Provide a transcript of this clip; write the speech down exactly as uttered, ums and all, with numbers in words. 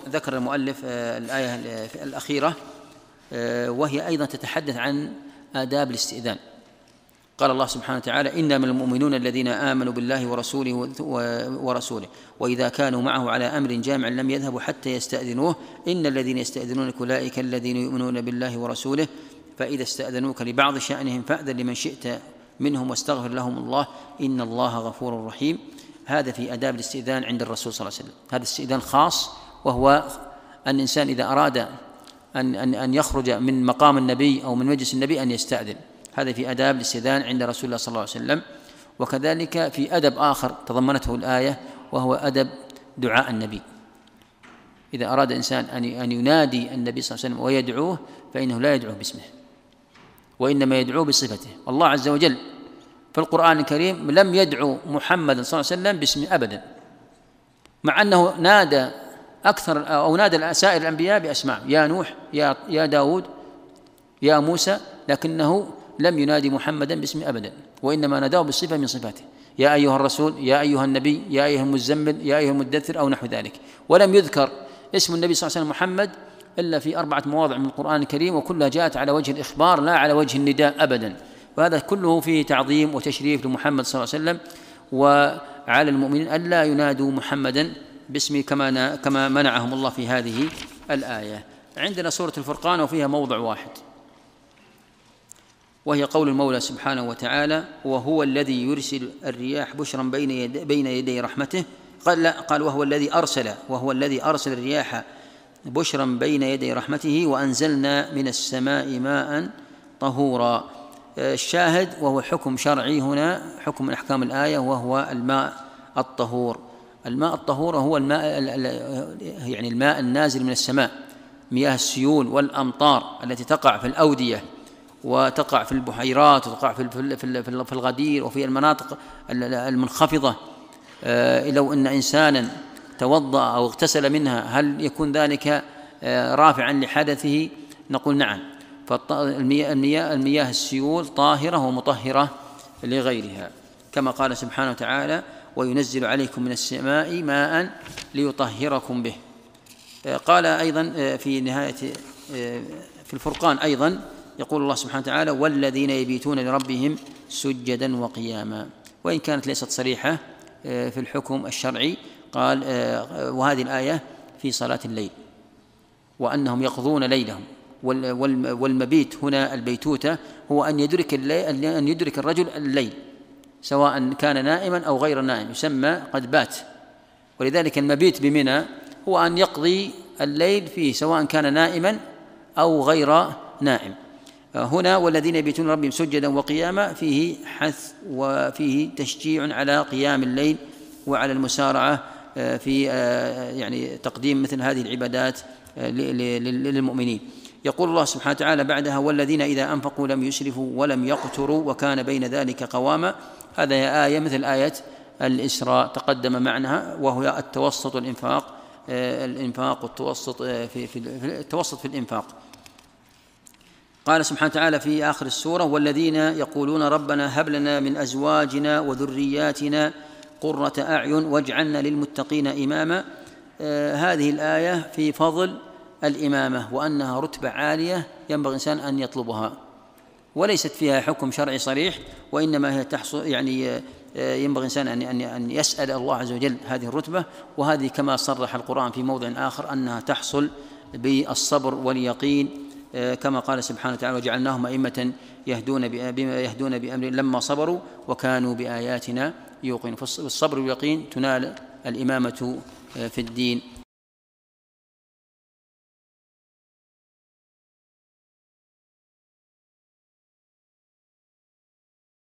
ذكر المؤلف الآية الأخيرة وهي أيضا تتحدث عن آداب الاستئذان. قال الله سبحانه وتعالى: إنما المؤمنون الذين آمنوا بالله ورسوله ورسوله وإذا كانوا معه على أمر جامع لم يذهبوا حتى يستأذنوه إن الذين يستأذنونك أولئك الذين يؤمنون بالله ورسوله فإذا استأذنوك لبعض شأنهم فأذن لمن شئت منهم واستغفر لهم الله إن الله غفور رحيم. هذا في آداب الاستئذان عند الرسول صلى الله عليه وسلم. هذا استئذان خاص، وهو أن الإنسان إذا أراد أن أن أن يخرج من مقام النبي أو من مجلس النبي أن يستأذن. هذا في آداب الاستئذان عند رسول الله صلى الله عليه وسلم. وكذلك في أدب آخر تضمنته الآية وهو أدب دعاء النبي. إذا أراد إنسان أن ينادي النبي صلى الله عليه وسلم ويدعوه فإنه لا يدعوه باسمه، وإنما يدعوه بصفته. الله عز وجل في القرآن الكريم لم يدعو محمد صلى الله عليه وسلم باسمه أبدا، مع أنه نادى أكثر أو نادى سائر الأنبياء بأسماء، يا نوح، يا يا داود، يا موسى، لكنه لم ينادي محمدا باسمه أبدا، وإنما ناداه بالصفة من صفاته: يا أيها الرسول، يا أيها النبي، يا أيها المزمل، يا أيها المدثر، أو نحو ذلك. ولم يذكر اسم النبي صلى الله عليه وسلم محمد إلا في أربعة مواضع من القرآن الكريم، وكلها جاءت على وجه الإخبار لا على وجه النداء أبدا. وهذا كله فيه تعظيم وتشريف لمحمد صلى الله عليه وسلم، وعلى المؤمنين ألا ينادوا محمدا باسمه كما كما منعهم الله في هذه الآية. عندنا سورة الفرقان وفيها موضع واحد، وهي قول المولى سبحانه وتعالى: وهو الذي يرسل الرياح بشرا بين يدي, بين يدي رحمته. قال لا، قال وهو الذي أرسل وهو الذي أرسل الرياح بشرا بين يدي رحمته وأنزلنا من السماء ماء طهورا. الشاهد وهو حكم شرعي هنا، حكم من أحكام الآية، وهو الماء الطهور. الماء الطهور هو الماء يعني الماء النازل من السماء، مياه السيول والأمطار التي تقع في الأودية وتقع في البحيرات وتقع في الغدير وفي المناطق المنخفضة. لو أن إنسانا توضأ أو اغتسل منها هل يكون ذلك رافعا لحدثه؟ نقول نعم. فالمياه المياه السيول طاهرة ومطهرة لغيرها، كما قال سبحانه وتعالى: وينزل عليكم من السماء ماء ليطهركم به. قال أيضا في نهاية في الفرقان أيضا يقول الله سبحانه وتعالى: والذين يبيتون لربهم سجدا وقياما. وإن كانت ليست صريحة في الحكم الشرعي، قال وهذه الآية في صلاة الليل، وأنهم يقضون ليلهم. والمبيت هنا البيتوتة هو أن يدرك الليل، أن يدرك الرجل الليل سواء كان نائما أو غير نائم، يسمى قد بات. ولذلك المبيت بمنى هو أن يقضي الليل فيه سواء كان نائما أو غير نائم. هنا والذين يبيتون ربهم سجدا وقياما فيه حث وفيه تشجيع على قيام الليل وعلى المسارعة في يعني تقديم مثل هذه العبادات للمؤمنين. يقول الله سبحانه وتعالى بعدها: والذين إذا أنفقوا لم يسرفوا ولم يقتروا وكان بين ذلك قواما. هذا آية مثل آية الإسراء تقدم معناها، وهو التوسط والإنفاق الإنفاق والتوسط في, في التوسط في الإنفاق. قال سبحانه وتعالى في آخر السورة: والذين يقولون ربنا هب لنا من أزواجنا وذرياتنا قرة أعين واجعلنا للمتقين إماما. آه هذه الآية في فضل الإمامة، وأنها رتبة عالية ينبغي الإنسان أن يطلبها، وليست فيها حكم شرعي صريح، وإنما هي تحصل يعني ينبغي الإنسان أن أن يسأل الله عز وجل هذه الرتبة. وهذه كما صرح القرآن في موضع آخر أنها تحصل بالصبر واليقين، كما قال سبحانه وتعالى: وجعلناهم أئمة يهدون بما يهدون بأمر لما صبروا وكانوا بآياتنا يوقنون. فالصبر واليقين تنال الإمامة في الدين.